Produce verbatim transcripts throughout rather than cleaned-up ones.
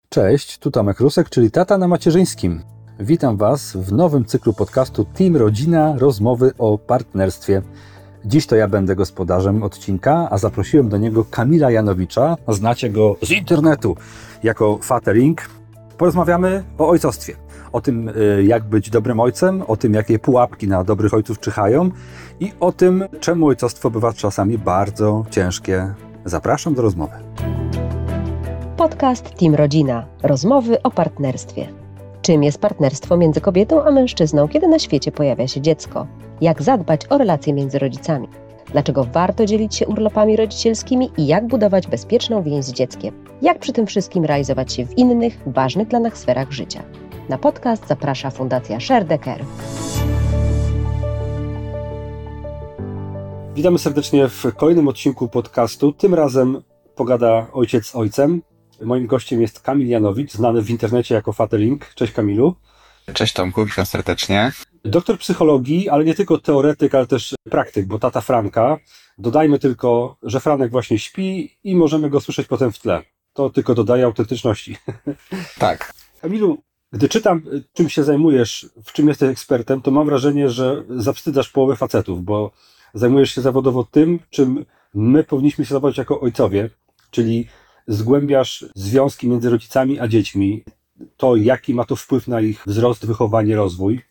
Cześć, tu Tomek Rusek, czyli tata na macierzyńskim. Witam Was w nowym cyklu podcastu Team Rodzina – Rozmowy o partnerstwie. Dziś to ja będę gospodarzem odcinka, a zaprosiłem do niego Kamila Janowicza. Znacie go z internetu jako Fathering. Porozmawiamy o ojcostwie. O tym, jak być dobrym ojcem, o tym, jakie pułapki na dobrych ojców czyhają i o tym, czemu ojcostwo bywa czasami bardzo ciężkie. Zapraszam do rozmowy. Podcast Team Rodzina. Rozmowy o partnerstwie. Czym jest partnerstwo między kobietą a mężczyzną, kiedy na świecie pojawia się dziecko? Jak zadbać o relacje między rodzicami? Dlaczego warto dzielić się urlopami rodzicielskimi i jak budować bezpieczną więź z dzieckiem? Jak przy tym wszystkim realizować się w innych, ważnych dla nas sferach życia? Na podcast zaprasza Fundacja Share the Care. Witamy serdecznie w kolejnym odcinku podcastu. Tym razem pogada ojciec z ojcem. Moim gościem jest Kamil Janowicz, znany w internecie jako Fathering. Cześć Kamilu. Cześć Tomku, witam serdecznie. Doktor psychologii, ale nie tylko teoretyk, ale też praktyk, bo tata Franka. Dodajmy tylko, że Franek właśnie śpi i możemy go słyszeć potem w tle. To tylko dodaje autentyczności. Tak. Kamilu, gdy czytam, czym się zajmujesz, w czym jesteś ekspertem, to mam wrażenie, że zawstydzasz połowę facetów, bo zajmujesz się zawodowo tym, czym my powinniśmy się zajmować jako ojcowie, czyli zgłębiasz związki między rodzicami a dziećmi, to jaki ma to wpływ na ich wzrost, wychowanie, rozwój.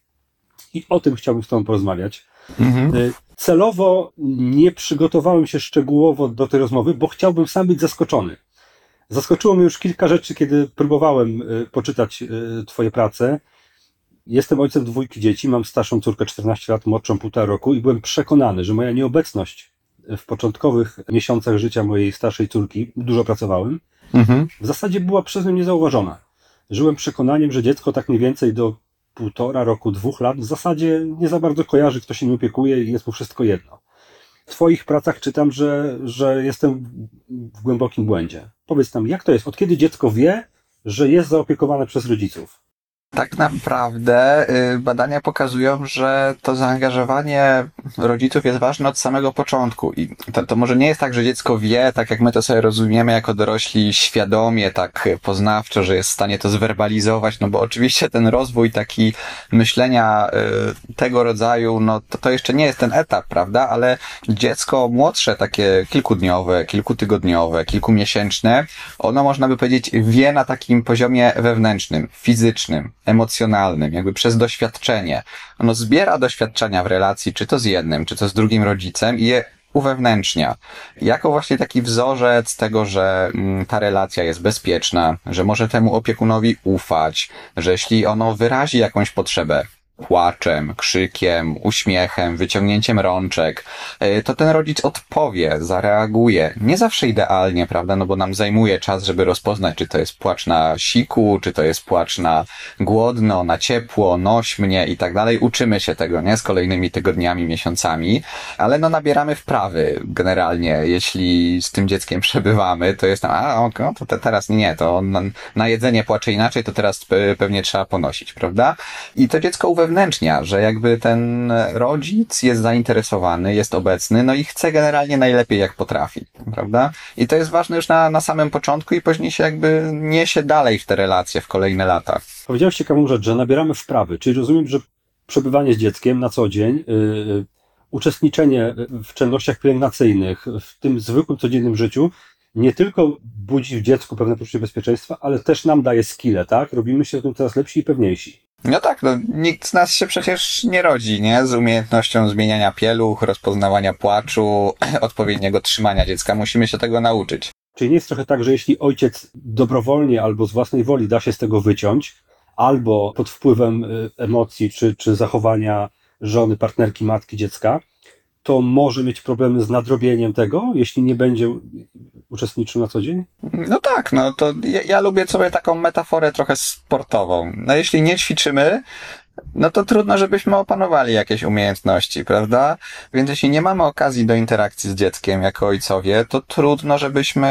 I o tym chciałbym z Tobą porozmawiać. Mhm. Celowo nie przygotowałem się szczegółowo do tej rozmowy, bo chciałbym sam być zaskoczony. Zaskoczyło mnie już kilka rzeczy, kiedy próbowałem poczytać Twoje prace. Jestem ojcem dwójki dzieci, mam starszą córkę czternaście lat, młodszą półtora roku i byłem przekonany, że moja nieobecność w początkowych miesiącach życia mojej starszej córki, dużo pracowałem, mhm. w zasadzie była przez nią niezauważona. Żyłem przekonaniem, że dziecko tak mniej więcej do półtora roku, dwóch lat w zasadzie nie za bardzo kojarzy, kto się nim opiekuje i jest mu wszystko jedno. W Twoich pracach czytam, że, że jestem w głębokim błędzie. Powiedz nam, jak to jest? Od kiedy dziecko wie, że jest zaopiekowane przez rodziców? Tak naprawdę y, badania pokazują, że to zaangażowanie rodziców jest ważne od samego początku i to, to może nie jest tak, że dziecko wie, tak jak my to sobie rozumiemy jako dorośli świadomie, tak poznawczo, że jest w stanie to zwerbalizować, no bo oczywiście ten rozwój taki myślenia y, tego rodzaju, no to, to jeszcze nie jest ten etap, prawda, ale dziecko młodsze, takie kilkudniowe, kilkutygodniowe, kilkumiesięczne, ono można by powiedzieć wie na takim poziomie wewnętrznym, fizycznym, emocjonalnym, jakby przez doświadczenie. Ono zbiera doświadczenia w relacji, czy to z jednym, czy to z drugim rodzicem i je uwewnętrznia. Jako właśnie taki wzorzec tego, że ta relacja jest bezpieczna, że może temu opiekunowi ufać, że jeśli ono wyrazi jakąś potrzebę, płaczem, krzykiem, uśmiechem, wyciągnięciem rączek, to ten rodzic odpowie, zareaguje. Nie zawsze idealnie, prawda, no bo nam zajmuje czas, żeby rozpoznać, czy to jest płacz na siku, czy to jest płacz na głodno, na ciepło, noś mnie i tak dalej. Uczymy się tego, nie? Z kolejnymi tygodniami, miesiącami, ale no nabieramy wprawy generalnie, jeśli z tym dzieckiem przebywamy, to jest tam, a no, to te, teraz nie, nie, to on na, na jedzenie płacze inaczej, to teraz pe, pewnie trzeba ponosić, prawda? I to dziecko uwe wewnętrznia, że jakby ten rodzic jest zainteresowany, jest obecny, no i chce generalnie najlepiej jak potrafi, prawda? I to jest ważne już na, na samym początku i później się jakby niesie dalej w te relacje w kolejne lata. Powiedziałeś ciekawą rzecz, że nabieramy wprawy, czyli rozumiem, że przebywanie z dzieckiem na co dzień, yy, uczestniczenie w czynnościach pielęgnacyjnych, w tym zwykłym, codziennym życiu, nie tylko budzi w dziecku pewne poczucie bezpieczeństwa, ale też nam daje skille, tak? Robimy się tym coraz lepsi i pewniejsi. No tak, no nikt z nas się przecież nie rodzi, nie? Z umiejętnością zmieniania pieluch, rozpoznawania płaczu, odpowiedniego trzymania dziecka. Musimy się tego nauczyć. Czyli nie jest trochę tak, że jeśli ojciec dobrowolnie albo z własnej woli da się z tego wyciąć, albo pod wpływem emocji czy, czy zachowania żony, partnerki, matki, dziecka, to może mieć problemy z nadrobieniem tego, jeśli nie będzie uczestniczył na co dzień? No tak, no to ja, ja lubię sobie taką metaforę trochę sportową. No jeśli nie ćwiczymy, no to trudno, żebyśmy opanowali jakieś umiejętności, prawda? Więc jeśli nie mamy okazji do interakcji z dzieckiem jako ojcowie, to trudno, żebyśmy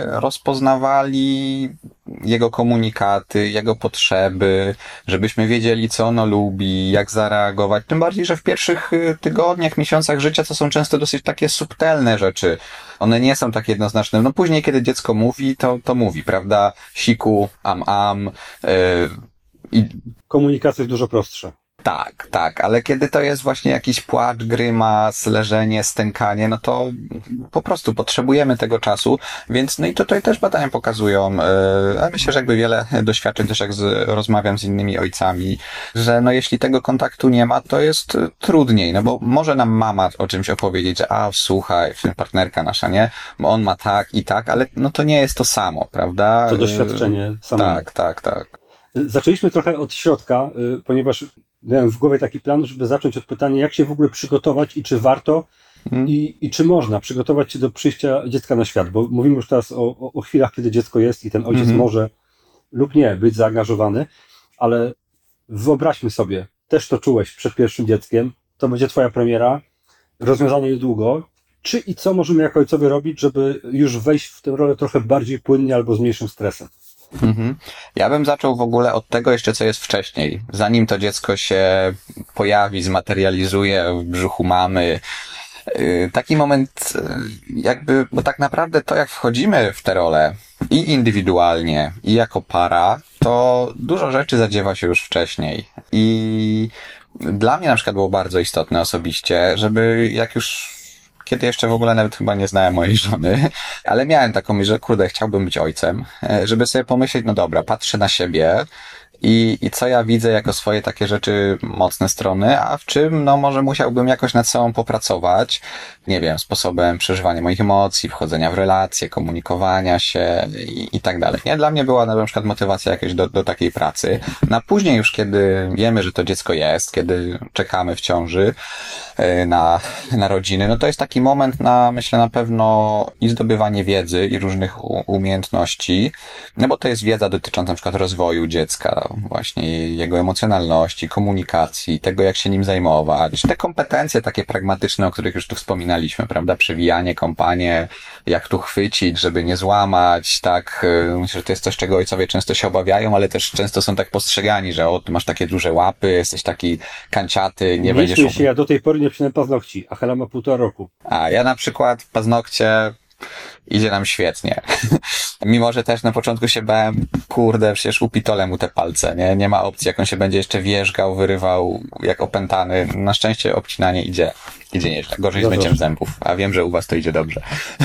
rozpoznawali jego komunikaty, jego potrzeby, żebyśmy wiedzieli, co ono lubi, jak zareagować. Tym bardziej, że w pierwszych tygodniach, miesiącach życia to są często dosyć takie subtelne rzeczy. One nie są tak jednoznaczne. No później, kiedy dziecko mówi, to, to mówi, prawda? Siku, am, am, yy, i Komunikacja jest dużo prostsza. tak, tak, ale kiedy to jest właśnie jakiś płacz, grymas, leżenie, stękanie, no to po prostu potrzebujemy tego czasu, więc no i tutaj też badania pokazują, yy, ale myślę, że jakby wiele doświadczeń też jak z, rozmawiam z innymi ojcami, że no jeśli tego kontaktu nie ma, to jest trudniej, no bo może nam mama o czymś opowiedzieć, że a słuchaj, partnerka nasza, nie, bo on ma tak i tak, ale no to nie jest to samo, prawda? To doświadczenie samego. Tak, tak, tak. Zaczęliśmy trochę od środka, y, ponieważ miałem w głowie taki plan, żeby zacząć od pytania, jak się w ogóle przygotować i czy warto Hmm. i, i czy można przygotować się do przyjścia dziecka na świat, bo mówimy już teraz o, o, o chwilach, kiedy dziecko jest i ten ojciec Mhm. może lub nie być zaangażowany, ale wyobraźmy sobie, też to czułeś przed pierwszym dzieckiem, to będzie twoja premiera, rozwiązanie niedługo, czy i co możemy jako ojcowie robić, żeby już wejść w tę rolę trochę bardziej płynnie albo z mniejszym stresem? Mhm. Ja bym zaczął w ogóle od tego jeszcze, co jest wcześniej. Zanim to dziecko się pojawi, zmaterializuje w brzuchu mamy. Yy, Taki moment yy, jakby, bo tak naprawdę to jak wchodzimy w tę rolę i indywidualnie, i jako para, to dużo rzeczy zadziewa się już wcześniej. I dla mnie na przykład było bardzo istotne osobiście, żeby jak już kiedy jeszcze w ogóle nawet chyba nie znałem mojej żony, ale miałem taką myśl, że kurde, chciałbym być ojcem, żeby sobie pomyśleć, no dobra, patrzę na siebie i, i co ja widzę jako swoje takie rzeczy, mocne strony, a w czym, no może musiałbym jakoś nad sobą popracować, nie wiem, sposobem przeżywania moich emocji, wchodzenia w relacje, komunikowania się i, i tak dalej. Nie? Dla mnie była na przykład motywacja jakaś do, do takiej pracy. No a później już, kiedy wiemy, że to dziecko jest, kiedy czekamy w ciąży yy, na, na rodziny, no to jest taki moment na, myślę, na pewno i zdobywanie wiedzy i różnych u, umiejętności, no bo to jest wiedza dotycząca na przykład rozwoju dziecka, właśnie jego emocjonalności, komunikacji, tego jak się nim zajmować, te kompetencje takie pragmatyczne, o których już tu wspominaliśmy, prawda, przewijanie, kąpanie, jak tu chwycić, żeby nie złamać, tak, myślę, że to jest coś, czego ojcowie często się obawiają, ale też często są tak postrzegani, że o, ty masz takie duże łapy, jesteś taki kanciaty, nie Nie będziesz... śmiej się, ja do tej pory nie obcinałem paznokci, a Hela ma półtora roku. A ja na przykład paznokcie idzie nam świetnie. Mimo, że też na początku się bałem, kurde, przecież upitolę mu te palce, nie? Nie ma opcji, jak on się będzie jeszcze wierzgał, wyrywał jak opętany. Na szczęście obcinanie idzie, idzie nieźle. Gorzej z Dobrze. myciem zębów, a wiem, że u was to idzie dobrze.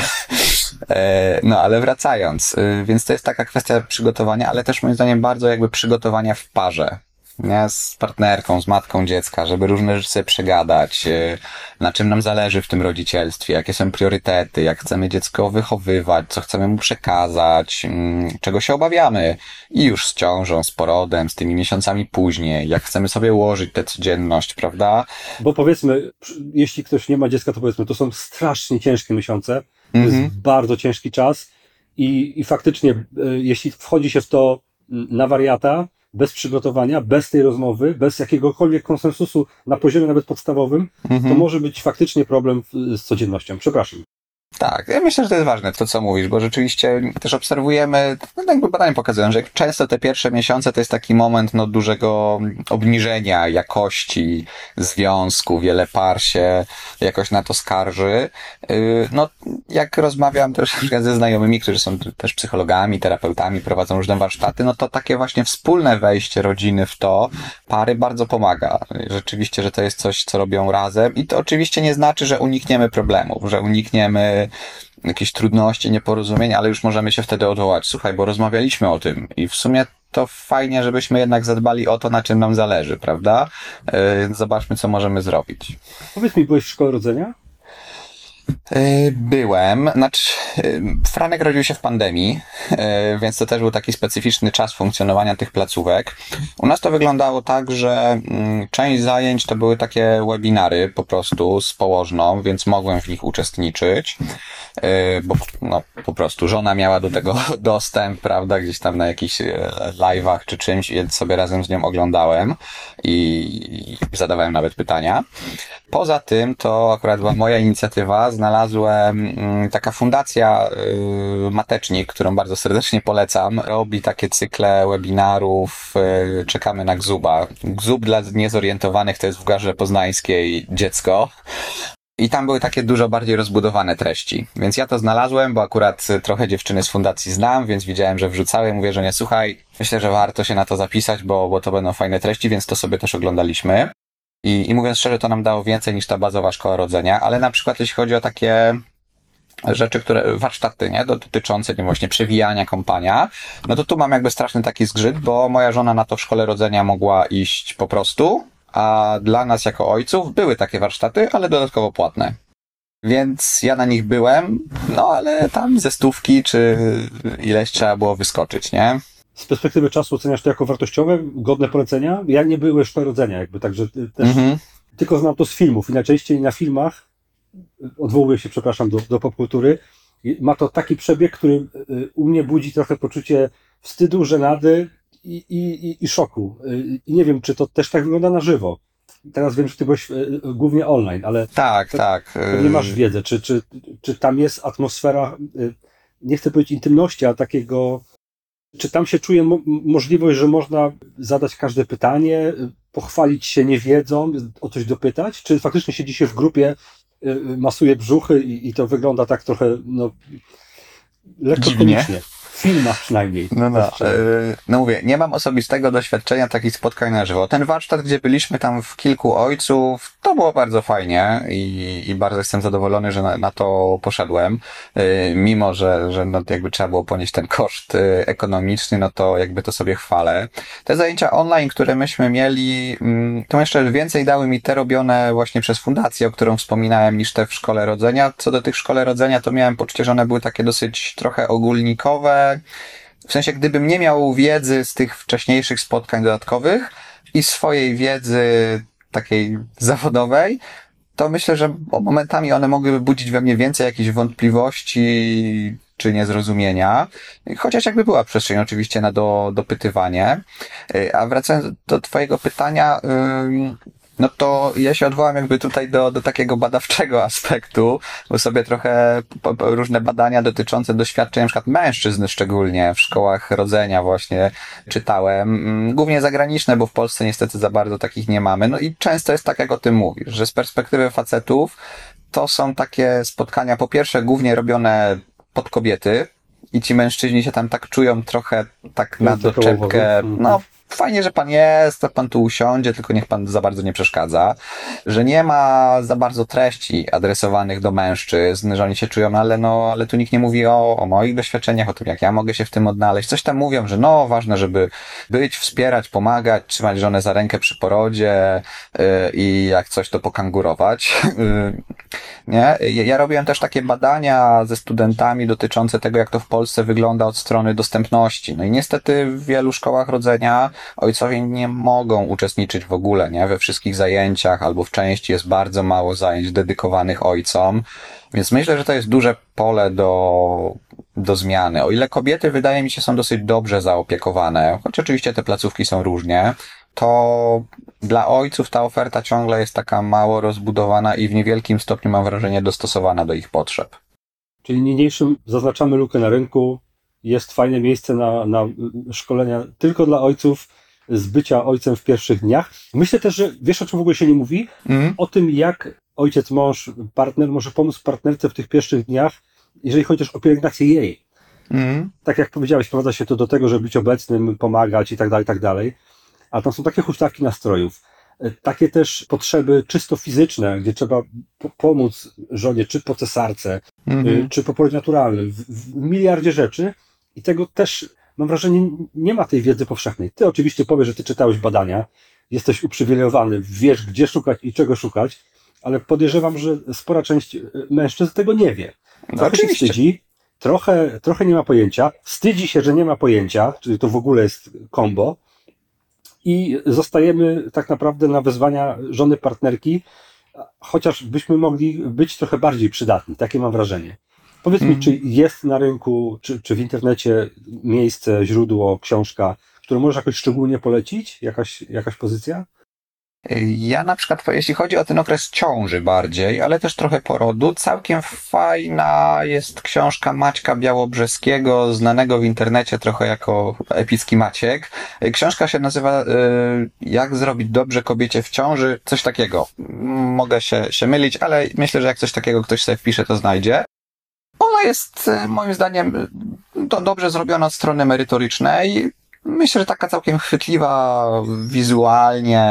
E, No, ale wracając, y, więc to jest taka kwestia przygotowania, ale też moim zdaniem bardzo jakby przygotowania w parze. Nie? Z partnerką, z matką dziecka, żeby różne rzeczy sobie przegadać, y, na czym nam zależy w tym rodzicielstwie, jakie są priorytety, jak chcemy dziecko wychowywać, co chcemy mu przekazać, mm, czego się obawiamy i już z ciążą, z porodem, z tymi miesiącami później, jak chcemy sobie ułożyć tę codzienność, prawda? Bo powiedzmy, przy- jeśli ktoś nie ma dziecka, to powiedzmy, to są strasznie ciężkie miesiące, to Mhm. jest bardzo ciężki czas i, i faktycznie, y, jeśli wchodzi się w to mm, na wariata, bez przygotowania, bez tej rozmowy, bez jakiegokolwiek konsensusu na poziomie nawet podstawowym, Mhm. to może być faktycznie problem w- z codziennością. Przepraszam. Tak, ja myślę, że to jest ważne, to co mówisz, bo rzeczywiście też obserwujemy, no jakby badania pokazują, że często te pierwsze miesiące to jest taki moment no, dużego obniżenia jakości związku, wiele par się jakoś na to skarży. Yy, No, jak rozmawiam też na przykład ze znajomymi, którzy są też psychologami, terapeutami, prowadzą różne warsztaty, no to takie właśnie wspólne wejście rodziny w to, pary bardzo pomaga. Rzeczywiście, że to jest coś, co robią razem i to oczywiście nie znaczy, że unikniemy problemów, że unikniemy jakichś trudności, nieporozumień, ale już możemy się wtedy odwołać. Słuchaj, bo rozmawialiśmy o tym i w sumie to fajnie, żebyśmy jednak zadbali o to, na czym nam zależy, prawda? Yy, Zobaczmy, co możemy zrobić. Powiedz mi, byłeś w szkole rodzenia? Yy, Byłem, znaczy yy, Franek rodził się w pandemii, yy, więc to też był taki specyficzny czas funkcjonowania tych placówek. U nas to wyglądało tak, że yy, część zajęć to były takie webinary po prostu z położną, więc mogłem w nich uczestniczyć, yy, bo no, po prostu żona miała do tego dostęp, prawda, gdzieś tam na jakichś yy, live'ach czy czymś, więc sobie razem z nią oglądałem i, i zadawałem nawet pytania. Poza tym to akurat była moja inicjatywa, znalazłem mm, taka fundacja y, Matecznik, którą bardzo serdecznie polecam. Robi takie cykle webinarów, y, czekamy na Gzuba. Gzub dla niezorientowanych to jest w Garze Poznańskiej dziecko. I tam były takie dużo bardziej rozbudowane treści. Więc ja to znalazłem, bo akurat trochę dziewczyny z fundacji znam, więc widziałem, że wrzucały. Mówię, że nie, słuchaj, myślę, że warto się na to zapisać, bo, bo to będą fajne treści, więc to sobie też oglądaliśmy. I, I mówiąc szczerze, to nam dało więcej niż ta bazowa szkoła rodzenia, ale na przykład jeśli chodzi o takie rzeczy, które, warsztaty, nie, dotyczące nie właśnie przewijania kąpania, no to tu mam jakby straszny taki zgrzyt, bo moja żona na to w szkole rodzenia mogła iść po prostu, a dla nas jako ojców były takie warsztaty, ale dodatkowo płatne. Więc ja na nich byłem, no ale tam ze stówki czy ileś trzeba było wyskoczyć, nie? Z perspektywy czasu oceniasz to jako wartościowe, godne polecenia? Ja nie byłem szkoły rodzenia, jakby, także też Mhm. tylko znam to z filmów i najczęściej na filmach, odwołuję się, przepraszam, do, do popkultury, ma to taki przebieg, który u mnie budzi trochę poczucie wstydu, żenady i, i, i szoku. I nie wiem, czy to też tak wygląda na żywo. Teraz wiem, że ty byłeś głównie online, ale Tak, tak. pewnie masz wiedzę, czy, czy, czy tam jest atmosfera, nie chcę powiedzieć intymności, ale takiego, czy tam się czuje mo- możliwość, że można zadać każde pytanie, pochwalić się niewiedzą, o coś dopytać, czy faktycznie siedzi się w grupie, masuje brzuchy i, i to wygląda tak trochę, no, lekko Dziwnie. komicznie. W filmach przynajmniej. No, no, yy, no mówię, nie mam osobistego doświadczenia takich spotkań na żywo. Ten warsztat, gdzie byliśmy tam w kilku ojców, to było bardzo fajnie i, i bardzo jestem zadowolony, że na, na to poszedłem. Yy, mimo, że, że no, jakby trzeba było ponieść ten koszt yy, ekonomiczny, no to jakby to sobie chwalę. Te zajęcia online, które myśmy mieli, yy, to jeszcze więcej dały mi te robione właśnie przez fundację, o którą wspominałem, niż te w szkole rodzenia. Co do tych szkole rodzenia, to miałem poczucie, że one były takie dosyć trochę ogólnikowe. W sensie, gdybym nie miał wiedzy z tych wcześniejszych spotkań dodatkowych i swojej wiedzy takiej zawodowej, to myślę, że momentami one mogłyby budzić we mnie więcej jakichś wątpliwości czy niezrozumienia, chociaż jakby była przestrzeń oczywiście na do, dopytywanie. A wracając do twojego pytania, no to ja się odwołam jakby tutaj do, do takiego badawczego aspektu, bo sobie trochę różne badania dotyczące doświadczeń na przykład mężczyzn szczególnie w szkołach rodzenia właśnie czytałem, głównie zagraniczne, bo w Polsce niestety za bardzo takich nie mamy. No i często jest tak, jak o tym mówisz, że z perspektywy facetów to są takie spotkania po pierwsze głównie robione pod kobiety i ci mężczyźni się tam tak czują trochę tak na doczepkę, no fajnie, że pan jest, to pan tu usiądzie, tylko niech pan za bardzo nie przeszkadza. Że nie ma za bardzo treści adresowanych do mężczyzn, że oni się czują, no ale no, ale tu nikt nie mówi o, o moich doświadczeniach, o tym, jak ja mogę się w tym odnaleźć. Coś tam mówią, że no, ważne, żeby być, wspierać, pomagać, trzymać żonę za rękę przy porodzie yy, i jak coś, to pokangurować. Yy, nie? Ja robiłem też takie badania ze studentami dotyczące tego, jak to w Polsce wygląda od strony dostępności. No i niestety w wielu szkołach rodzenia ojcowie nie mogą uczestniczyć w ogóle, nie? We wszystkich zajęciach, albo w części jest bardzo mało zajęć dedykowanych ojcom, więc myślę, że to jest duże pole do, do zmiany. O ile kobiety, wydaje mi się, są dosyć dobrze zaopiekowane, choć oczywiście te placówki są różnie, to dla ojców ta oferta ciągle jest taka mało rozbudowana i w niewielkim stopniu, mam wrażenie, dostosowana do ich potrzeb. Czyli niniejszym zaznaczamy lukę na rynku. Jest fajne miejsce na, na szkolenia tylko dla ojców z bycia ojcem w pierwszych dniach. Myślę też, że wiesz, o czym w ogóle się nie mówi? Mm. O tym, jak ojciec, mąż, partner może pomóc partnerce w tych pierwszych dniach, jeżeli chodzi też o pielęgnację jej. Mm. Tak jak powiedziałeś, sprowadza się to do tego, żeby być obecnym, pomagać i tak dalej, i tak dalej. A tam są takie huśtawki nastrojów. Takie też potrzeby czysto fizyczne, gdzie trzeba po- pomóc żonie, czy po cesarce, mm-hmm. czy po porodzie naturalnym, w, w miliardzie rzeczy. I tego też, mam wrażenie, nie ma tej wiedzy powszechnej. Ty oczywiście powiesz, że ty czytałeś badania, jesteś uprzywilejowany, wiesz, gdzie szukać i czego szukać, ale podejrzewam, że spora część mężczyzn tego nie wie. No Trochę się oczywiście. wstydzi, trochę, trochę nie ma pojęcia, wstydzi się, że nie ma pojęcia, czyli to w ogóle jest kombo i zostajemy tak naprawdę na wezwania żony partnerki, chociaż byśmy mogli być trochę bardziej przydatni, takie mam wrażenie. Powiedz mi, Mm. czy jest na rynku, czy, czy w internecie miejsce, źródło, książka, którą możesz jakoś szczególnie polecić? Jakaś, jakaś pozycja? Ja na przykład, jeśli chodzi o ten okres ciąży bardziej, ale też trochę porodu, całkiem fajna jest książka Maćka Białobrzeskiego, znanego w internecie trochę jako Epicki Maciek. Książka się nazywa y, Jak zrobić dobrze kobiecie w ciąży, coś takiego. Mogę się, się mylić, ale myślę, że jak coś takiego ktoś sobie wpisze, to znajdzie. Ona jest y, moim zdaniem to dobrze zrobiona od strony merytorycznej. Myślę, że taka całkiem chwytliwa wizualnie,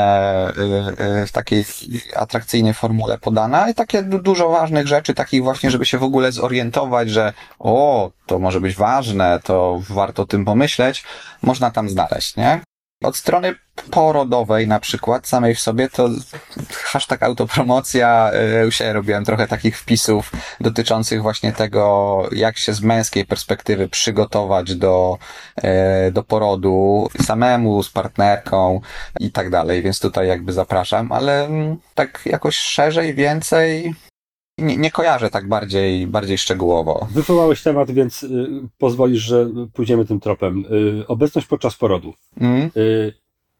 w takiej atrakcyjnej formule podana i takie du- dużo ważnych rzeczy, takich właśnie, żeby się w ogóle zorientować, że o, to może być ważne, to warto o tym pomyśleć, można tam znaleźć, nie? Od strony porodowej na przykład, samej w sobie, to hashtag autopromocja, u siebie robiłem trochę takich wpisów dotyczących właśnie tego, jak się z męskiej perspektywy przygotować do, do porodu, samemu, z partnerką i tak dalej, więc tutaj jakby zapraszam, ale tak jakoś szerzej, więcej nie, nie kojarzę tak bardziej, bardziej szczegółowo. Wywołałeś temat, więc y, pozwolisz, że pójdziemy tym tropem. Y, obecność podczas porodu. Mm? Y,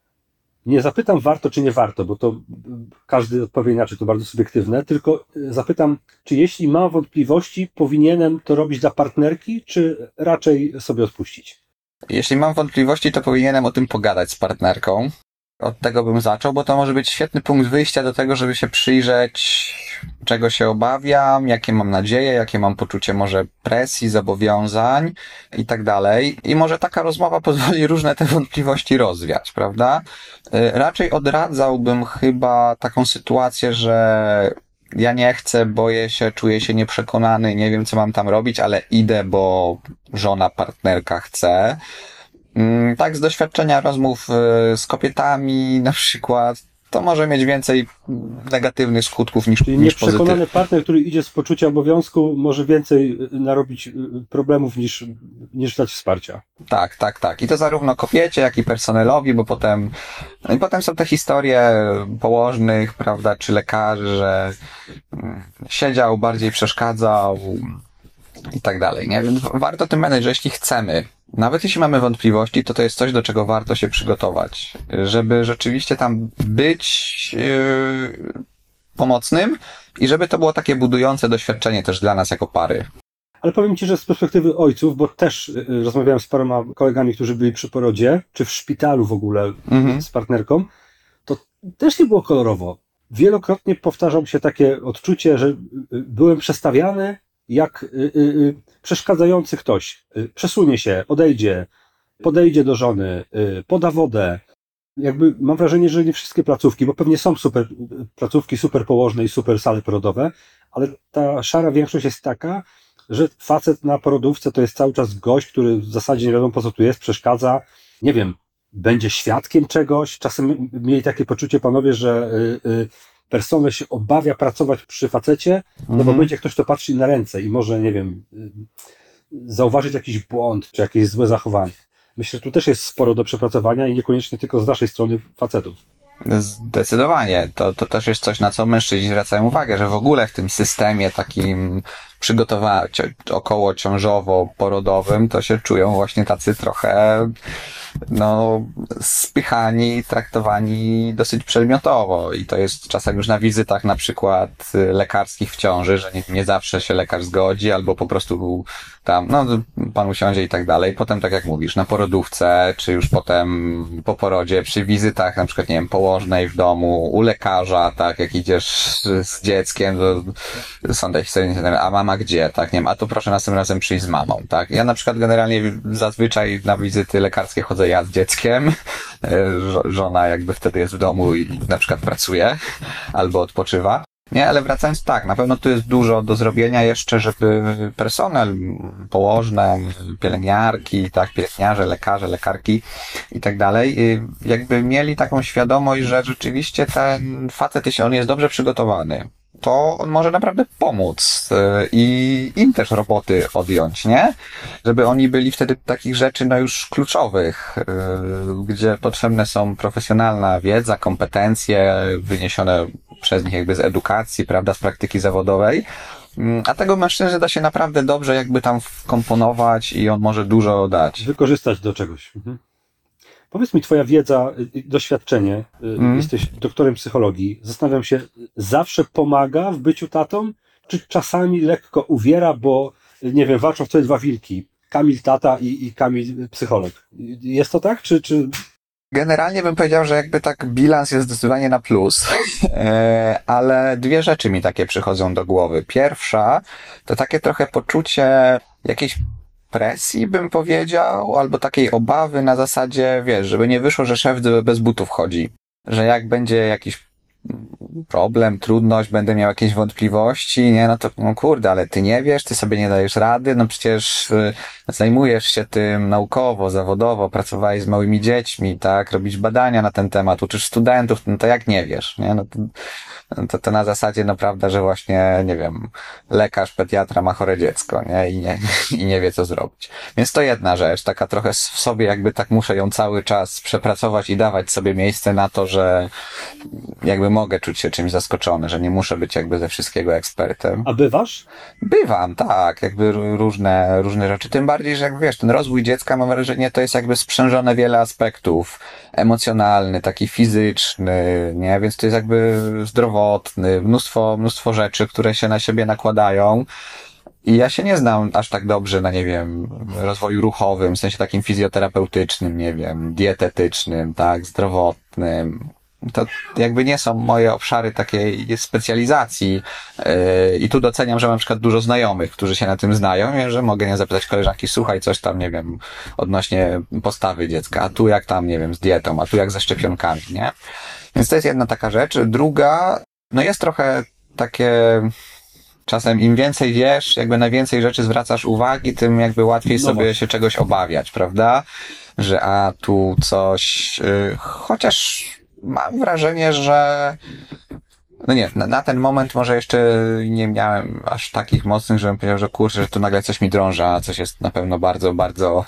nie zapytam warto czy nie warto, bo to y, każdy odpowie inaczej, to bardzo subiektywne, tylko y, zapytam, czy jeśli mam wątpliwości, powinienem to robić dla partnerki, czy raczej sobie odpuścić? Jeśli mam wątpliwości, to powinienem o tym pogadać z partnerką. Od tego bym zaczął, bo to może być świetny punkt wyjścia do tego, żeby się przyjrzeć, czego się obawiam, jakie mam nadzieje, jakie mam poczucie może presji, zobowiązań i tak dalej. I może taka rozmowa pozwoli różne te wątpliwości rozwiać, prawda? Raczej odradzałbym chyba taką sytuację, że ja nie chcę, boję się, czuję się nieprzekonany, nie wiem, co mam tam robić, ale idę, bo żona, partnerka chce. Tak, z doświadczenia rozmów z kobietami na przykład, to może mieć więcej negatywnych skutków niż, Czyli niż pozytywnych. nieprzekonany partner, który idzie z poczucia obowiązku, może więcej narobić problemów niż, niż dać wsparcia. Tak, tak, tak. I to zarówno kobiecie, jak i personelowi, bo potem, no i potem są te historie położnych, prawda, czy lekarzy, że siedział, bardziej przeszkadzał i tak dalej, nie? Więc warto o tym pamiętać, że jeśli chcemy, nawet jeśli mamy wątpliwości, to to jest coś, do czego warto się przygotować, żeby rzeczywiście tam być yy, pomocnym i żeby to było takie budujące doświadczenie też dla nas jako pary. Ale powiem Ci, że z perspektywy ojców, bo też y, rozmawiałem z paroma kolegami, którzy byli przy porodzie, czy w szpitalu w ogóle Mhm. z partnerką, to też nie było kolorowo. Wielokrotnie powtarzał się takie odczucie, że y, y, byłem przestawiany jak y, y, y, przeszkadzający ktoś. Y, przesunie się, odejdzie, podejdzie do żony, y, poda wodę. Jakby mam wrażenie, że nie wszystkie placówki, bo pewnie są super y, placówki, super położne i super sale porodowe, ale ta szara większość jest taka, że facet na porodówce to jest cały czas gość, który w zasadzie nie wiadomo po co tu jest, przeszkadza, nie wiem, będzie świadkiem czegoś. Czasem mieli takie poczucie panowie, że y, y, personel się obawia pracować przy facecie, no bo Mhm. będzie ktoś, kto patrzy na ręce i może, nie wiem, y, zauważyć jakiś błąd, czy jakieś złe zachowanie. Myślę, że tu też jest sporo do przepracowania i niekoniecznie tylko z naszej strony facetów. Zdecydowanie. To, to też jest coś, na co mężczyźni zwracają uwagę, że w ogóle w tym systemie takim przygotowaniu około ciążowo-porodowym to się czują właśnie tacy trochę no, spychani, traktowani dosyć przedmiotowo i to jest czasem już na wizytach na przykład lekarskich w ciąży, że nie, nie zawsze się lekarz zgodzi albo po prostu tam, no pan usiądzie i tak dalej. Potem, tak jak mówisz, na porodówce, czy już potem po porodzie, przy wizytach na przykład, nie wiem, położnej w domu, u lekarza, tak, jak idziesz z dzieckiem, to są te historie, a mama gdzie, tak, nie wiem, a to proszę następnym razem przyjść z mamą, tak. Ja na przykład generalnie zazwyczaj na wizyty lekarskie chodzę ja z dzieckiem, żona jakby wtedy jest w domu i na przykład pracuje albo odpoczywa. Nie, ale wracając, tak, na pewno tu jest dużo do zrobienia jeszcze, żeby personel, położne, pielęgniarki, tak, pielęgniarze, lekarze, lekarki i tak dalej, jakby mieli taką świadomość, że rzeczywiście ten facet, jeśli on jest dobrze przygotowany, to on może naprawdę pomóc i im też roboty odjąć, nie? Żeby oni byli wtedy takich rzeczy, no już kluczowych, gdzie potrzebne są profesjonalna wiedza, kompetencje wyniesione przez nich jakby z edukacji, prawda, z praktyki zawodowej. A tego mężczyzny da się naprawdę dobrze jakby tam wkomponować i on może dużo dać. Wykorzystać do czegoś. Mhm. Powiedz mi, twoja wiedza, doświadczenie, mm. jesteś doktorem psychologii, zastanawiam się, zawsze pomaga w byciu tatą, czy czasami lekko uwiera, bo nie wiem, walczą w sobie dwa wilki, Kamil tata i, i Kamil psycholog. Jest to tak, czy... czy... Generalnie bym powiedział, że jakby tak bilans jest zdecydowanie na plus, ale dwie rzeczy mi takie przychodzą do głowy. Pierwsza to takie trochę poczucie jakiejś presji, bym powiedział, albo takiej obawy na zasadzie, wiesz, żeby nie wyszło, że szef bez butów chodzi. Że jak będzie jakiś problem, trudność, będę miał jakieś wątpliwości, nie, no to no kurde, ale ty nie wiesz, ty sobie nie dajesz rady, no przecież y, zajmujesz się tym naukowo, zawodowo, pracowałeś z małymi dziećmi, tak, robisz badania na ten temat, uczysz studentów, no to jak nie wiesz, nie, no to, to, to na zasadzie, no prawda, że właśnie, nie wiem, lekarz, pediatra ma chore dziecko, nie, i nie, i nie wie co zrobić. Więc to jedna rzecz, taka trochę w sobie jakby tak muszę ją cały czas przepracować i dawać sobie miejsce na to, że jakby mogę czuć się czymś zaskoczony, że nie muszę być jakby ze wszystkiego ekspertem. A bywasz? Bywam, tak, jakby różne, różne rzeczy. Tym bardziej, że jak wiesz, ten rozwój dziecka, mam wrażenie, to jest jakby sprzężone wiele aspektów. Emocjonalny, taki fizyczny, nie? Więc to jest jakby zdrowotny, mnóstwo, mnóstwo rzeczy, które się na siebie nakładają. I ja się nie znam aż tak dobrze na, nie wiem, rozwoju ruchowym, w sensie takim fizjoterapeutycznym, nie wiem, dietetycznym, tak, zdrowotnym. To jakby nie są moje obszary takiej specjalizacji yy, i tu doceniam, że mam na przykład dużo znajomych, którzy się na tym znają i że mogę nie zapytać koleżanki, słuchaj, coś tam, nie wiem, odnośnie postawy dziecka, a tu jak tam, nie wiem, z dietą, a tu jak ze szczepionkami, nie? Więc to jest jedna taka rzecz. Druga, no jest trochę takie... Czasem im więcej wiesz, jakby na więcej rzeczy zwracasz uwagi, tym jakby łatwiej no sobie właśnie. się czegoś obawiać, prawda? Że a tu coś... Yy, chociaż mam wrażenie, że... No nie, na, na ten moment może jeszcze nie miałem aż takich mocnych, żebym powiedział, że kurczę, że tu nagle coś mi drąży, a coś jest na pewno bardzo, bardzo,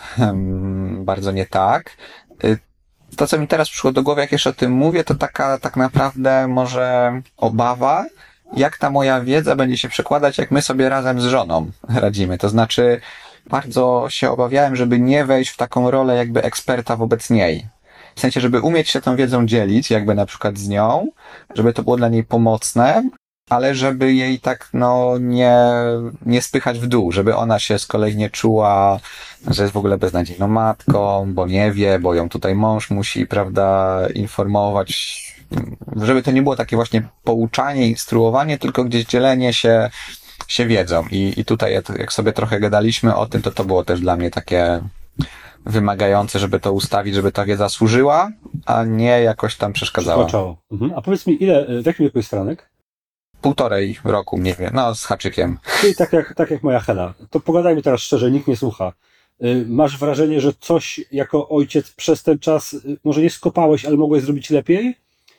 um, bardzo nie tak. Yy, to, co mi teraz przyszło do głowy, jak jeszcze o tym mówię, to taka tak naprawdę może obawa, jak ta moja wiedza będzie się przekładać, jak my sobie razem z żoną radzimy. To znaczy, bardzo się obawiałem, żeby nie wejść w taką rolę jakby eksperta wobec niej. W sensie, żeby umieć się tą wiedzą dzielić, jakby na przykład z nią, żeby to było dla niej pomocne, ale żeby jej tak, no, nie, nie spychać w dół, żeby ona się z kolei nie czuła, że jest w ogóle beznadziejną matką, bo nie wie, bo ją tutaj mąż musi, prawda, informować, żeby to nie było takie właśnie pouczanie, instruowanie, tylko gdzieś dzielenie się, się wiedzą. I, i tutaj, jak sobie trochę gadaliśmy o tym, to to było też dla mnie takie wymagające, żeby to ustawić, żeby ta wiedza służyła, a nie jakoś tam przeszkadzała. Mhm. A powiedz mi, ile, w jakim wieku jest Franek? Półtorej roku, nie wiem, no z haczykiem. Czyli tak jak, tak jak moja Hela. To pogadajmy teraz szczerze, nikt nie słucha. Masz wrażenie, że coś jako ojciec przez ten czas, może nie skopałeś, ale mogłeś zrobić lepiej?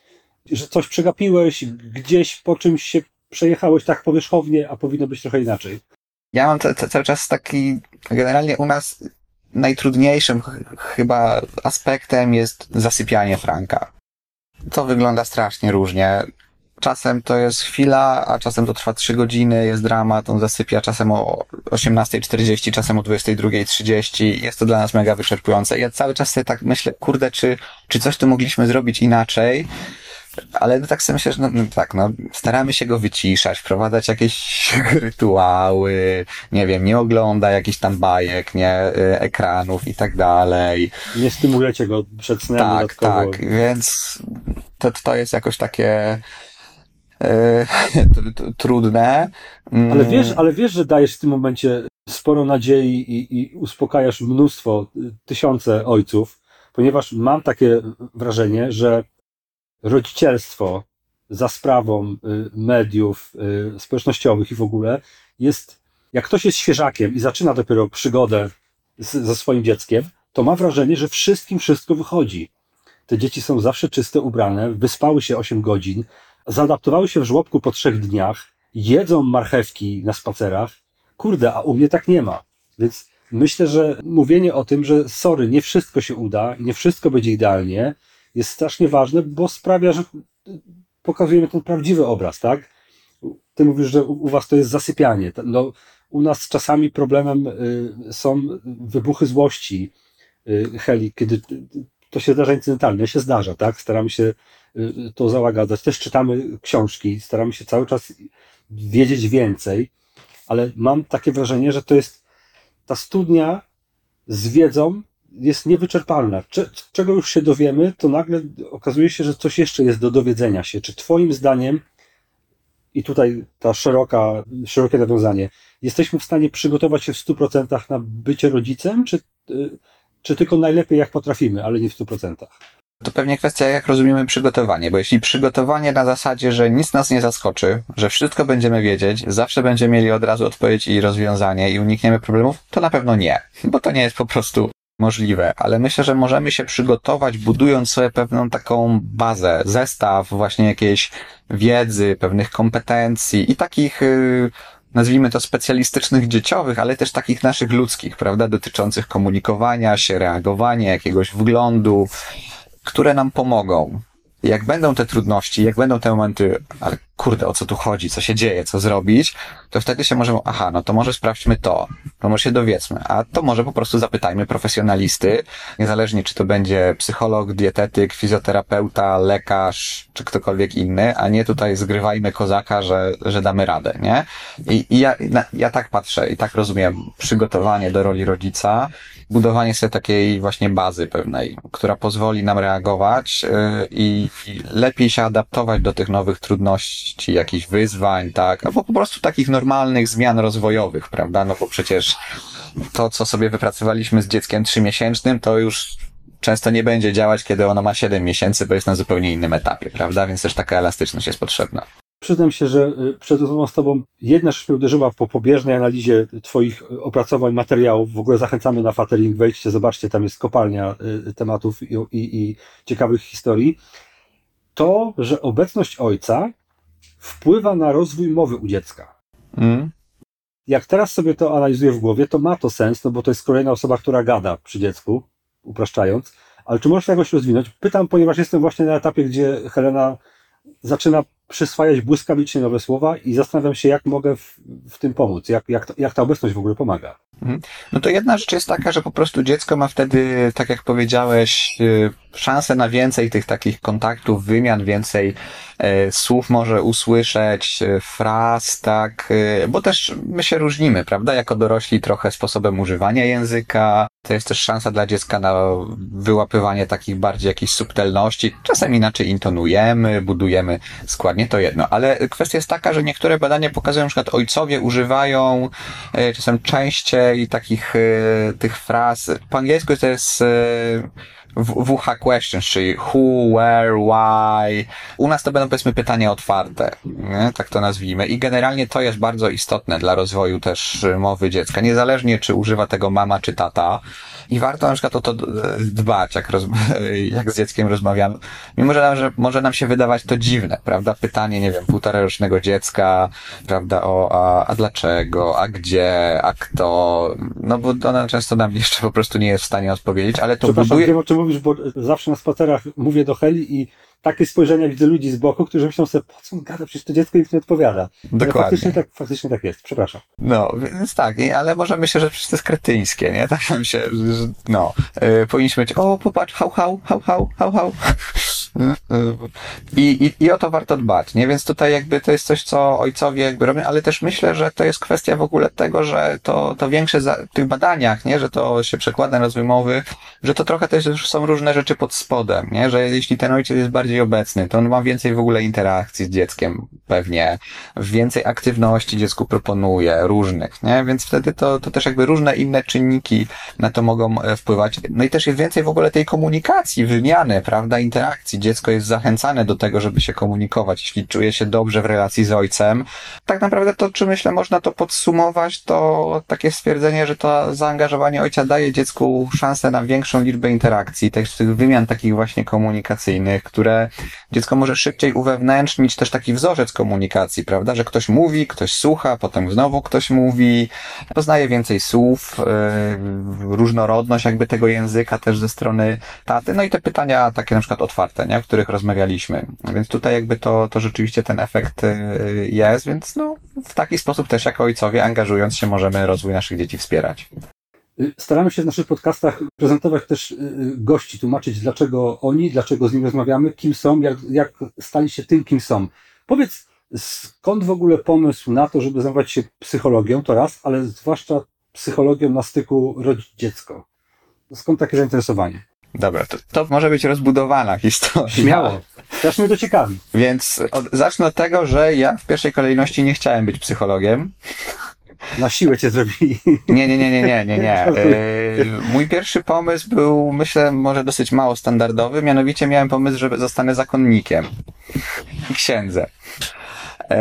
Że coś przegapiłeś, gdzieś po czymś się przejechałeś tak powierzchownie, a powinno być trochę inaczej? Ja mam te, te, cały czas taki, generalnie u nas najtrudniejszym ch- chyba aspektem jest zasypianie Franka. To wygląda strasznie różnie. Czasem to jest chwila, a czasem to trwa trzy godziny, jest dramat, on zasypia czasem o osiemnastej czterdzieści, czasem o dwudziestej drugiej trzydzieści. Jest to dla nas mega wyczerpujące. Ja cały czas sobie tak myślę, kurde, czy, czy coś tu mogliśmy zrobić inaczej? Ale no tak sobie myślę, że no, no tak, no staramy się go wyciszać, wprowadzać jakieś rytuały, nie wiem, nie ogląda jakichś tam bajek, nie, ekranów i tak dalej. Nie stymulujecie go przed snem Tak, dodatkowo. tak, więc to, to jest jakoś takie e, trudne. Ale wiesz, ale wiesz, że dajesz w tym momencie sporo nadziei i, i uspokajasz mnóstwo, tysiące ojców, ponieważ mam takie wrażenie, że rodzicielstwo za sprawą mediów społecznościowych i w ogóle jest, jak ktoś jest świeżakiem i zaczyna dopiero przygodę z, ze swoim dzieckiem, to ma wrażenie, że wszystkim wszystko wychodzi. Te dzieci są zawsze czyste, ubrane, wyspały się osiem godzin, zaadaptowały się w żłobku po trzech dniach, jedzą marchewki na spacerach. Kurde, a u mnie tak nie ma. Więc myślę, że mówienie o tym, że sorry, nie wszystko się uda, nie wszystko będzie idealnie, jest strasznie ważne, bo sprawia, że pokazujemy ten prawdziwy obraz, tak? Ty mówisz, że u, u was to jest zasypianie. No, u nas czasami problemem y, są wybuchy złości, y, Heli, kiedy to się zdarza incydentalnie, się zdarza, tak? Staramy się y, to załagadzać. Też czytamy książki, staramy się cały czas wiedzieć więcej, ale mam takie wrażenie, że to jest ta studnia z wiedzą jest niewyczerpalna. Cze, czego już się dowiemy, to nagle okazuje się, że coś jeszcze jest do dowiedzenia się. Czy twoim zdaniem, i tutaj ta szeroka, szerokie nawiązanie, jesteśmy w stanie przygotować się w stu procentach na bycie rodzicem, czy, czy tylko najlepiej jak potrafimy, ale nie w stu procentach? To pewnie kwestia, jak rozumiemy przygotowanie, bo jeśli przygotowanie na zasadzie, że nic nas nie zaskoczy, że wszystko będziemy wiedzieć, zawsze będziemy mieli od razu odpowiedź i rozwiązanie i unikniemy problemów, to na pewno nie, bo to nie jest po prostu możliwe, ale myślę, że możemy się przygotować, budując sobie pewną taką bazę, zestaw właśnie jakiejś wiedzy, pewnych kompetencji i takich, nazwijmy to specjalistycznych, dzieciowych, ale też takich naszych ludzkich, prawda, dotyczących komunikowania się, reagowania, jakiegoś wglądu, które nam pomogą. Jak będą te trudności, jak będą te momenty, ale kurde, o co tu chodzi, co się dzieje, co zrobić, to wtedy się możemy, aha, no to może sprawdźmy to, no może się dowiedzmy, a to może po prostu zapytajmy profesjonalisty, niezależnie czy to będzie psycholog, dietetyk, fizjoterapeuta, lekarz, czy ktokolwiek inny, a nie tutaj zgrywajmy kozaka, że, że damy radę, nie? I, i ja, na, ja tak patrzę i tak rozumiem przygotowanie do roli rodzica, budowanie sobie takiej właśnie bazy pewnej, która pozwoli nam reagować yy, i lepiej się adaptować do tych nowych trudności, jakichś wyzwań, tak, albo po prostu takich normalnych zmian rozwojowych, prawda, no bo przecież to, co sobie wypracowaliśmy z dzieckiem trzymiesięcznym, to już często nie będzie działać, kiedy ono ma siedem miesięcy, bo jest na zupełnie innym etapie, prawda, więc też taka elastyczność jest potrzebna. Przyznam się, że przed rozmową z tobą jedna rzecz mnie uderzyła po pobieżnej analizie twoich opracowań, materiałów. W ogóle zachęcamy na Fathering, wejdźcie, zobaczcie, tam jest kopalnia tematów i, i, i ciekawych historii. To, że obecność ojca wpływa na rozwój mowy u dziecka. Mm. Jak teraz sobie to analizuję w głowie, to ma to sens, no bo to jest kolejna osoba, która gada przy dziecku, upraszczając. Ale czy możesz jakoś rozwinąć? Pytam, ponieważ jestem właśnie na etapie, gdzie Helena zaczyna przyswajać błyskawicznie nowe słowa i zastanawiam się, jak mogę w, w tym pomóc, jak, jak, jak ta obecność w ogóle pomaga. No to jedna rzecz jest taka, że po prostu dziecko ma wtedy, tak jak powiedziałeś, szansę na więcej tych takich kontaktów, wymian, więcej e, słów może usłyszeć, e, fraz, tak, e, bo też my się różnimy, prawda, jako dorośli trochę sposobem używania języka. To jest też szansa dla dziecka na wyłapywanie takich bardziej jakichś subtelności. Czasem inaczej intonujemy, budujemy składnie, to jedno. Ale kwestia jest taka, że niektóre badania pokazują, że na przykład ojcowie używają e, czasem częściej takich e, tych fraz. Po angielsku to jest e, W H questions, czyli who, where, why. U nas to będą, powiedzmy, pytania otwarte, nie? Tak to nazwijmy. I generalnie to jest bardzo istotne dla rozwoju też mowy dziecka, niezależnie czy używa tego mama czy tata. I warto na przykład o to dbać, jak, roz... jak z dzieckiem rozmawiamy. Mimo, że, nam, że może nam się wydawać to dziwne, prawda? Pytanie, nie wiem, półtorarocznego dziecka, prawda, o a, a dlaczego, a gdzie, a kto. No bo ona często nam jeszcze po prostu nie jest w stanie odpowiedzieć, ale to buduje... Wiem, o czym mówisz, bo zawsze na spacerach mówię do Heli i takie spojrzenia widzę ludzi z boku, którzy myślą sobie, po co on gada, przecież to dziecko nic nie odpowiada. Dokładnie. Faktycznie tak, faktycznie tak jest, przepraszam. No, więc tak, ale może myślę, że przecież to jest kretyńskie, nie? Tak nam się, że, no, yy, powinniśmy być, o, popatrz, hał, hał, hał, hał, hał, hał. I, i, I o to warto dbać, nie? Więc tutaj jakby to jest coś, co ojcowie jakby robią, ale też myślę, że to jest kwestia w ogóle tego, że to, to większe za, w tych badaniach, nie? Że to się przekłada na rozwój mowy, że to trochę też już są różne rzeczy pod spodem, nie? Że jeśli ten ojciec jest bardziej obecny, to on ma więcej w ogóle interakcji z dzieckiem pewnie, więcej aktywności dziecku proponuje, różnych, nie? Więc wtedy to, to też jakby różne inne czynniki na to mogą wpływać. No i też jest więcej w ogóle tej komunikacji, wymiany, prawda, interakcji dziecko jest zachęcane do tego, żeby się komunikować, jeśli czuje się dobrze w relacji z ojcem. Tak naprawdę to, czy myślę, można to podsumować, to takie stwierdzenie, że to zaangażowanie ojca daje dziecku szansę na większą liczbę interakcji, też tych wymian takich właśnie komunikacyjnych, które dziecko może szybciej uwewnętrznić, też taki wzorzec komunikacji, prawda, że ktoś mówi, ktoś słucha, potem znowu ktoś mówi, poznaje więcej słów, yy, różnorodność jakby tego języka też ze strony taty, no i te pytania takie na przykład otwarte, nie, o których rozmawialiśmy, więc tutaj jakby to, to rzeczywiście ten efekt yy, jest, więc no w taki sposób też jako ojcowie angażując się możemy rozwój naszych dzieci wspierać. Staramy się w naszych podcastach prezentować też gości, tłumaczyć dlaczego oni, dlaczego z nimi rozmawiamy, kim są, jak, jak stali się tym, kim są. Powiedz, skąd w ogóle pomysł na to, żeby zajmować się psychologią, to raz, ale zwłaszcza psychologią na styku rodzic-dziecko? Skąd takie zainteresowanie? Dobra, to, to może być rozbudowana historia. Śmiało. Też mnie to ciekawi. Więc od, zacznę od tego, że ja w pierwszej kolejności nie chciałem być psychologiem. Na siłę cię zrobili. Nie, nie, nie, nie, nie, nie, nie. Yy, mój pierwszy pomysł był, myślę, może dosyć mało standardowy, mianowicie miałem pomysł, że zostanę zakonnikiem i księdzem. Yy,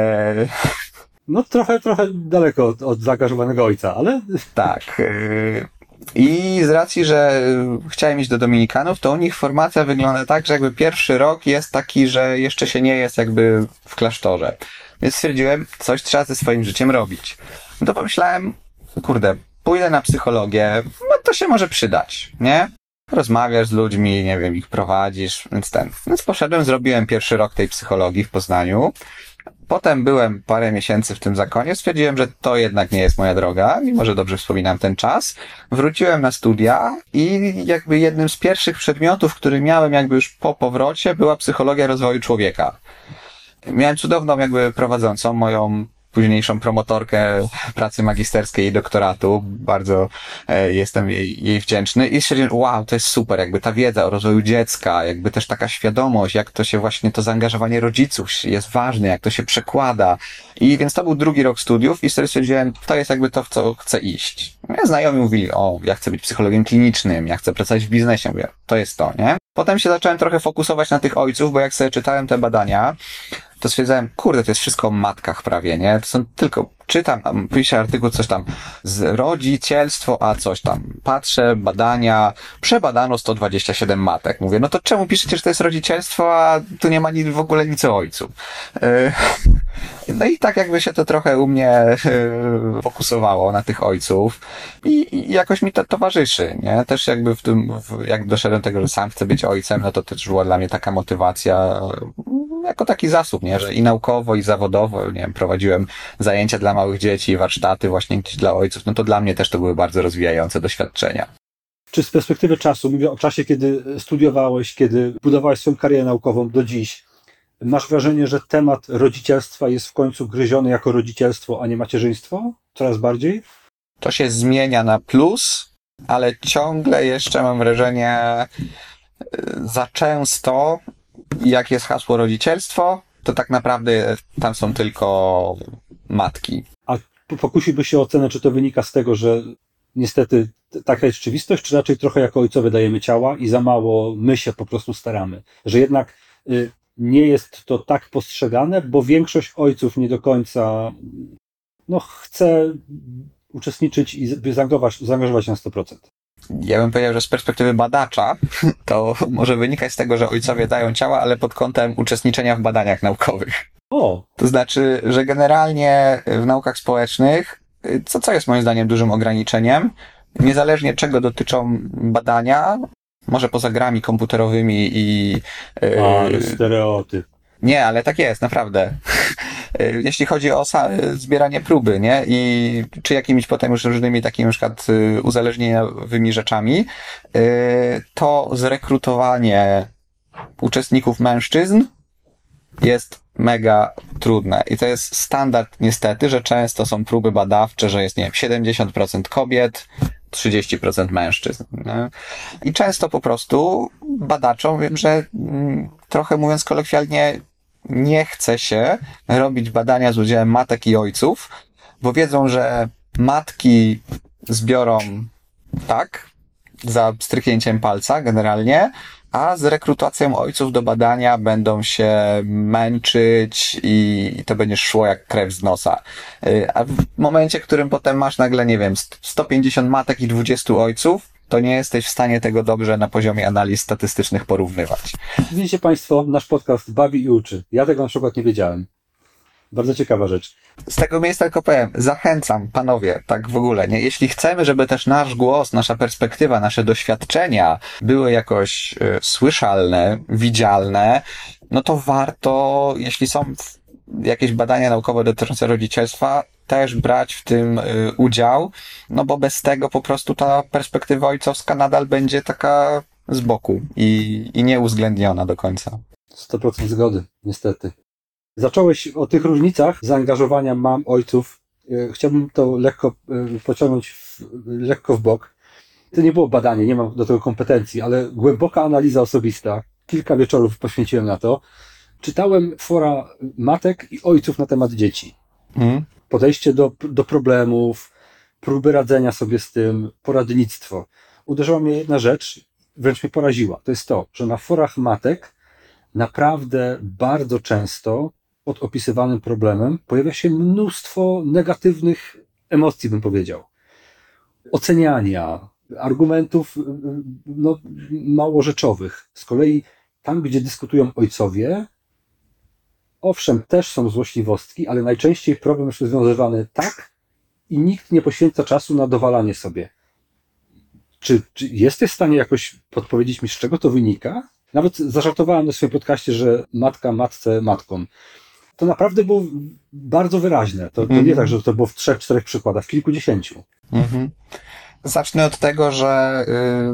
No trochę, trochę daleko od, od zaangażowanego ojca, ale... tak. Yy, I z racji, że chciałem iść do Dominikanów, to u nich formacja wygląda tak, że jakby pierwszy rok jest taki, że jeszcze się nie jest jakby w klasztorze. Więc stwierdziłem, coś trzeba ze swoim życiem robić. No to pomyślałem, kurde, pójdę na psychologię, no to się może przydać, nie? Rozmawiasz z ludźmi, nie wiem, ich prowadzisz, więc ten. Więc poszedłem, zrobiłem pierwszy rok tej psychologii w Poznaniu. Potem byłem parę miesięcy w tym zakonie, stwierdziłem, że to jednak nie jest moja droga, mimo że dobrze wspominam ten czas. Wróciłem na studia i jakby jednym z pierwszych przedmiotów, który miałem jakby już po powrocie, była psychologia rozwoju człowieka. Miałem cudowną jakby prowadzącą, moją późniejszą promotorkę pracy magisterskiej i doktoratu. Bardzo e, jestem jej, jej wdzięczny i stwierdziłem, wow, to jest super, jakby ta wiedza o rozwoju dziecka, jakby też taka świadomość, jak to się właśnie, to zaangażowanie rodziców jest ważne, jak to się przekłada. I więc to był drugi rok studiów i wtedy stwierdziłem, to jest jakby to, w co chcę iść. Ja znajomi mówili, o, ja chcę być psychologiem klinicznym, ja chcę pracować w biznesie. Mówię, to jest to, nie? Potem się zacząłem trochę fokusować na tych ojców, bo jak sobie czytałem te badania, to stwierdzałem, kurde, to jest wszystko o matkach prawie, nie? To są tylko, czytam, tam, piszę artykuł, coś tam, z rodzicielstwo, a coś tam. Patrzę, badania, przebadano sto dwadzieścia siedem matek. Mówię, no to czemu piszecie, że to jest rodzicielstwo, a tu nie ma nic, w ogóle nic o ojcu? Yy, no i tak jakby się to trochę u mnie yy, fokusowało na tych ojców i, i jakoś mi to towarzyszy, nie? Też jakby w tym, w, jak doszedłem do tego, że sam chcę być ojcem, no to też była dla mnie taka motywacja, jako taki zasób, nie? Że i naukowo, i zawodowo, nie wiem, prowadziłem zajęcia dla małych dzieci, warsztaty właśnie gdzieś dla ojców, no to dla mnie też to były bardzo rozwijające doświadczenia. Czy z perspektywy czasu, mówię o czasie, kiedy studiowałeś, kiedy budowałeś swoją karierę naukową do dziś, masz wrażenie, że temat rodzicielstwa jest w końcu gryziony jako rodzicielstwo, a nie macierzyństwo? Coraz bardziej? To się zmienia na plus, ale ciągle jeszcze mam wrażenie za często, jak jest hasło rodzicielstwo, to tak naprawdę tam są tylko matki. A pokusiłbyś się o ocenę, czy to wynika z tego, że niestety taka jest rzeczywistość, czy raczej trochę jako ojcowie dajemy ciała i za mało my się po prostu staramy? Że jednak y, nie jest to tak postrzegane, bo większość ojców nie do końca no, chce uczestniczyć i zaangażować, zaangażować się na sto procent. Ja bym powiedział, że z perspektywy badacza to może wynikać z tego, że ojcowie dają ciała, ale pod kątem uczestniczenia w badaniach naukowych. O! To znaczy, że generalnie w naukach społecznych, co, co jest moim zdaniem dużym ograniczeniem, niezależnie czego dotyczą badania, może poza grami komputerowymi i... Ale yy, stereotyp. Nie, ale tak jest, naprawdę. Jeśli chodzi o zbieranie próby, nie? I czy jakimiś potem już różnymi takimi na przykład uzależnieniowymi rzeczami, to zrekrutowanie uczestników mężczyzn jest mega trudne. I to jest standard niestety, że często są próby badawcze, że jest, nie wiem, siedemdziesiąt procent kobiet, trzydzieści procent mężczyzn. Nie? I często po prostu badaczom wiem, że mm, trochę mówiąc kolokwialnie nie chce się robić badania z udziałem matek i ojców, bo wiedzą, że matki zbiorą tak, za stryknięciem palca generalnie, a z rekrutacją ojców do badania będą się męczyć i to będzie szło jak krew z nosa. A w momencie, w którym potem masz nagle, nie wiem, sto pięćdziesiąt matek i dwudziestu ojców, to nie jesteś w stanie tego dobrze na poziomie analiz statystycznych porównywać. Widzicie Państwo, nasz podcast bawi i uczy. Ja tego na przykład nie wiedziałem. Bardzo ciekawa rzecz. Z tego miejsca tylko powiem, zachęcam, panowie, tak w ogóle, nie? Jeśli chcemy, żeby też nasz głos, nasza perspektywa, nasze doświadczenia były jakoś y, słyszalne, widzialne, no to warto, jeśli są jakieś badania naukowe dotyczące rodzicielstwa, też brać w tym y, udział, no bo bez tego po prostu ta perspektywa ojcowska nadal będzie taka z boku i, i nieuwzględniona do końca. sto procent zgody, niestety. Zacząłeś o tych różnicach zaangażowania mam, ojców. Chciałbym to lekko pociągnąć w, lekko w bok. To nie było badanie, nie mam do tego kompetencji, ale głęboka analiza osobista. Kilka wieczorów poświęciłem na to. Czytałem fora matek i ojców na temat dzieci. Mm. Podejście do, do problemów, próby radzenia sobie z tym, poradnictwo. Uderzyła mnie jedna rzecz, wręcz mnie poraziła. To jest to, że na forach matek naprawdę bardzo często pod opisywanym problemem pojawia się mnóstwo negatywnych emocji, bym powiedział. Oceniania, argumentów no, mało rzeczowych. Z kolei tam, gdzie dyskutują ojcowie, owszem, też są złośliwostki, ale najczęściej problem jest rozwiązywany tak i nikt nie poświęca czasu na dowalanie sobie. Czy, czy jesteś w stanie jakoś podpowiedzieć mi, z czego to wynika? Nawet zażartowałem na swoim podcaście, że matka matce matką. To naprawdę było bardzo wyraźne. To, to mm. nie tak, że to było w trzech, czterech przykładach, w kilkudziesięciu. Mm-hmm. Zacznę od tego, że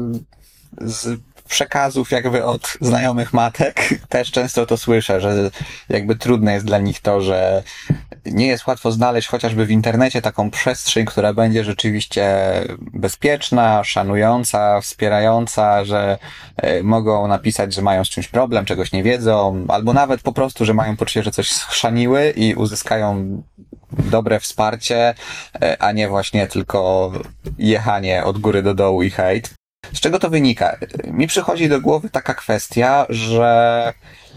yy, z przekazów jakby od znajomych matek też często to słyszę, że jakby trudne jest dla nich to, że nie jest łatwo znaleźć chociażby w internecie taką przestrzeń, która będzie rzeczywiście bezpieczna, szanująca, wspierająca, że y, mogą napisać, że mają z czymś problem, czegoś nie wiedzą, albo nawet po prostu, że mają poczucie, że coś schrzaniły i uzyskają dobre wsparcie, y, a nie właśnie tylko jechanie od góry do dołu i hejt. Z czego to wynika? Mi przychodzi do głowy taka kwestia, że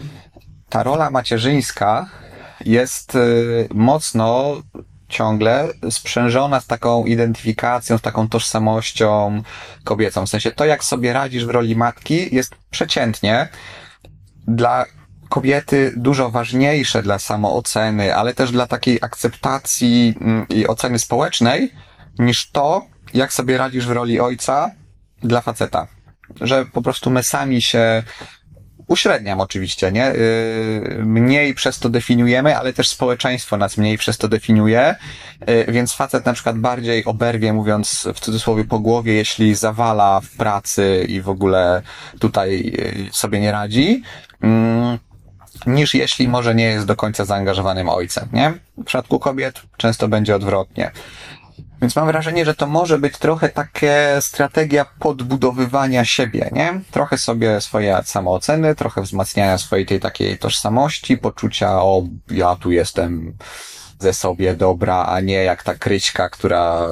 ta rola macierzyńska jest mocno ciągle sprzężona z taką identyfikacją, z taką tożsamością kobiecą. W sensie to, jak sobie radzisz w roli matki, jest przeciętnie dla kobiety dużo ważniejsze dla samooceny, ale też dla takiej akceptacji i oceny społecznej, niż to, jak sobie radzisz w roli ojca dla faceta. Że po prostu my sami się, uśredniam oczywiście, nie? Yy, mniej przez to definiujemy, ale też społeczeństwo nas mniej przez to definiuje, yy, więc facet na przykład bardziej oberwie, mówiąc w cudzysłowie po głowie, jeśli zawala w pracy i w ogóle tutaj yy, sobie nie radzi, yy, niż jeśli może nie jest do końca zaangażowanym ojcem, nie? W przypadku kobiet często będzie odwrotnie. Więc mam wrażenie, że to może być trochę takie strategia podbudowywania siebie, nie? Trochę sobie swojej samooceny, trochę wzmacniania swojej tej takiej tożsamości, poczucia, o, ja tu jestem ze sobie dobra, a nie jak ta Kryśka, która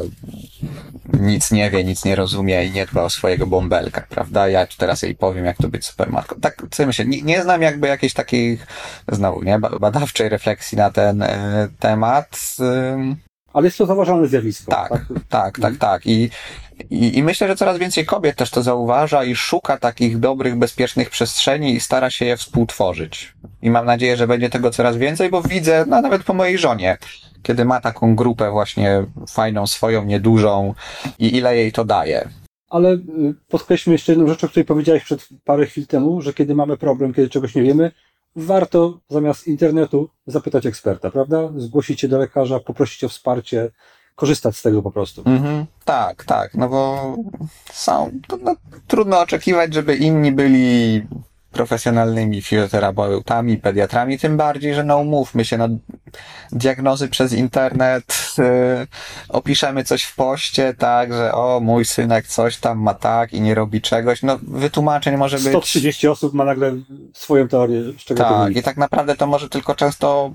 nic nie wie, nic nie rozumie i nie dba o swojego bąbelka, prawda? Ja teraz jej powiem, jak to być supermatką. Tak, co myślę, nie, nie znam jakby jakiejś takiej, znowu, nie, badawczej refleksji na ten e, temat. E, Ale jest to zauważalne zjawisko. Tak, tak, tak, tak, tak. I, i, I myślę, że coraz więcej kobiet też to zauważa i szuka takich dobrych, bezpiecznych przestrzeni i stara się je współtworzyć. I mam nadzieję, że będzie tego coraz więcej, bo widzę, no nawet po mojej żonie, kiedy ma taką grupę właśnie fajną, swoją, niedużą i ile jej to daje. Ale podkreślmy jeszcze jedną rzecz, o której powiedziałeś przed parę chwil temu, że kiedy mamy problem, kiedy czegoś nie wiemy, warto zamiast internetu zapytać eksperta, prawda? Zgłosić się do lekarza, poprosić o wsparcie, korzystać z tego po prostu. Mhm, tak, tak, no bo są, to, no, trudno oczekiwać, żeby inni byli profesjonalnymi fizjoterapeutami, pediatrami, tym bardziej, że no umówmy się, no diagnozy przez internet, yy, opiszemy coś w poście, tak, że o, mój synek coś tam ma tak i nie robi czegoś, no wytłumaczeń może być... sto trzydzieści osób ma nagle swoją teorię, z czego to Tak, wynika. i tak naprawdę to może tylko często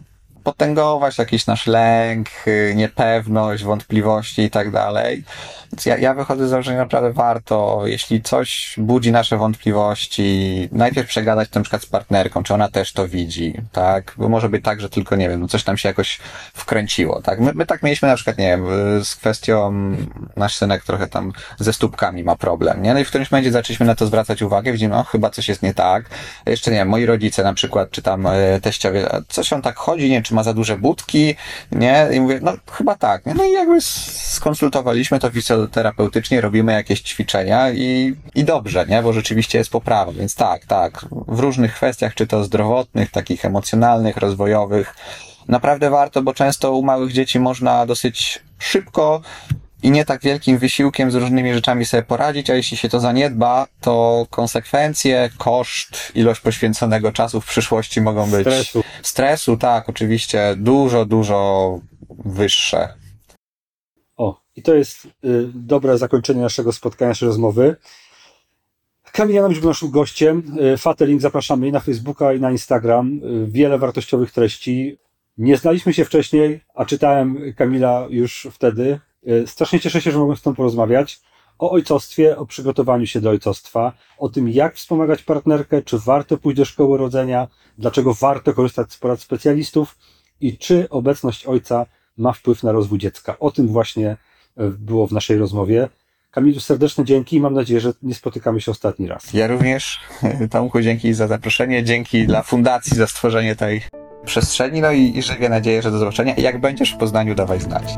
potęgować jakiś nasz lęk, niepewność, wątpliwości i tak dalej. Więc ja, ja wychodzę z założenia, naprawdę warto, jeśli coś budzi nasze wątpliwości, najpierw przegadać to na przykład z partnerką, czy ona też to widzi, tak? Bo może być tak, że tylko, nie wiem, no coś tam się jakoś wkręciło, tak? My, my tak mieliśmy na przykład, nie wiem, z kwestią, nasz synek trochę tam ze stópkami ma problem, nie? No i w którymś momencie zaczęliśmy na to zwracać uwagę, widzimy, o, chyba coś jest nie tak. Jeszcze, nie wiem, moi rodzice na przykład, czy tam e, teściowie, coś on tak chodzi, nie wiem, czy ma za duże budki, nie? I mówię, no chyba tak, nie? No i jakby skonsultowaliśmy to fizjoterapeutycznie, robimy jakieś ćwiczenia i, i dobrze, nie? Bo rzeczywiście jest poprawa, więc tak, tak. W różnych kwestiach, czy to zdrowotnych, takich emocjonalnych, rozwojowych, naprawdę warto, bo często u małych dzieci można dosyć szybko i nie tak wielkim wysiłkiem z różnymi rzeczami sobie poradzić, a jeśli się to zaniedba, to konsekwencje, koszt, ilość poświęconego czasu w przyszłości mogą być... Stresu. Stresu, tak, oczywiście, dużo, dużo wyższe. O, i to jest y, dobre zakończenie naszego spotkania, naszej rozmowy. Kamil Janowicz był naszym gościem. Y, Fatelink zapraszamy i na Facebooka, i na Instagram. Y, wiele wartościowych treści. Nie znaliśmy się wcześniej, a czytałem Kamila już wtedy. Y, strasznie cieszę się, że mogłem z tobą porozmawiać o ojcostwie, o przygotowaniu się do ojcostwa, o tym, jak wspomagać partnerkę, czy warto pójść do szkoły rodzenia, dlaczego warto korzystać z porad specjalistów i czy obecność ojca ma wpływ na rozwój dziecka. O tym właśnie było w naszej rozmowie. Kamilu, serdeczne dzięki i mam nadzieję, że nie spotykamy się ostatni raz. Ja również, Tomku, dzięki za zaproszenie, dzięki dla Fundacji za stworzenie tej przestrzeni, no i, i żywię nadzieję, że do zobaczenia. I jak będziesz w Poznaniu, dawaj znać.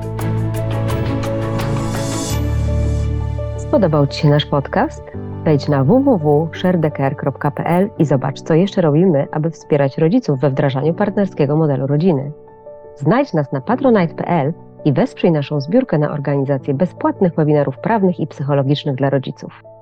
Spodobał Ci się nasz podcast? Wejdź na w w w kropka sharedecare kropka p l i zobacz, co jeszcze robimy, aby wspierać rodziców we wdrażaniu partnerskiego modelu rodziny. Znajdź nas na patronite kropka p l i wesprzyj naszą zbiórkę na organizację bezpłatnych webinarów prawnych i psychologicznych dla rodziców.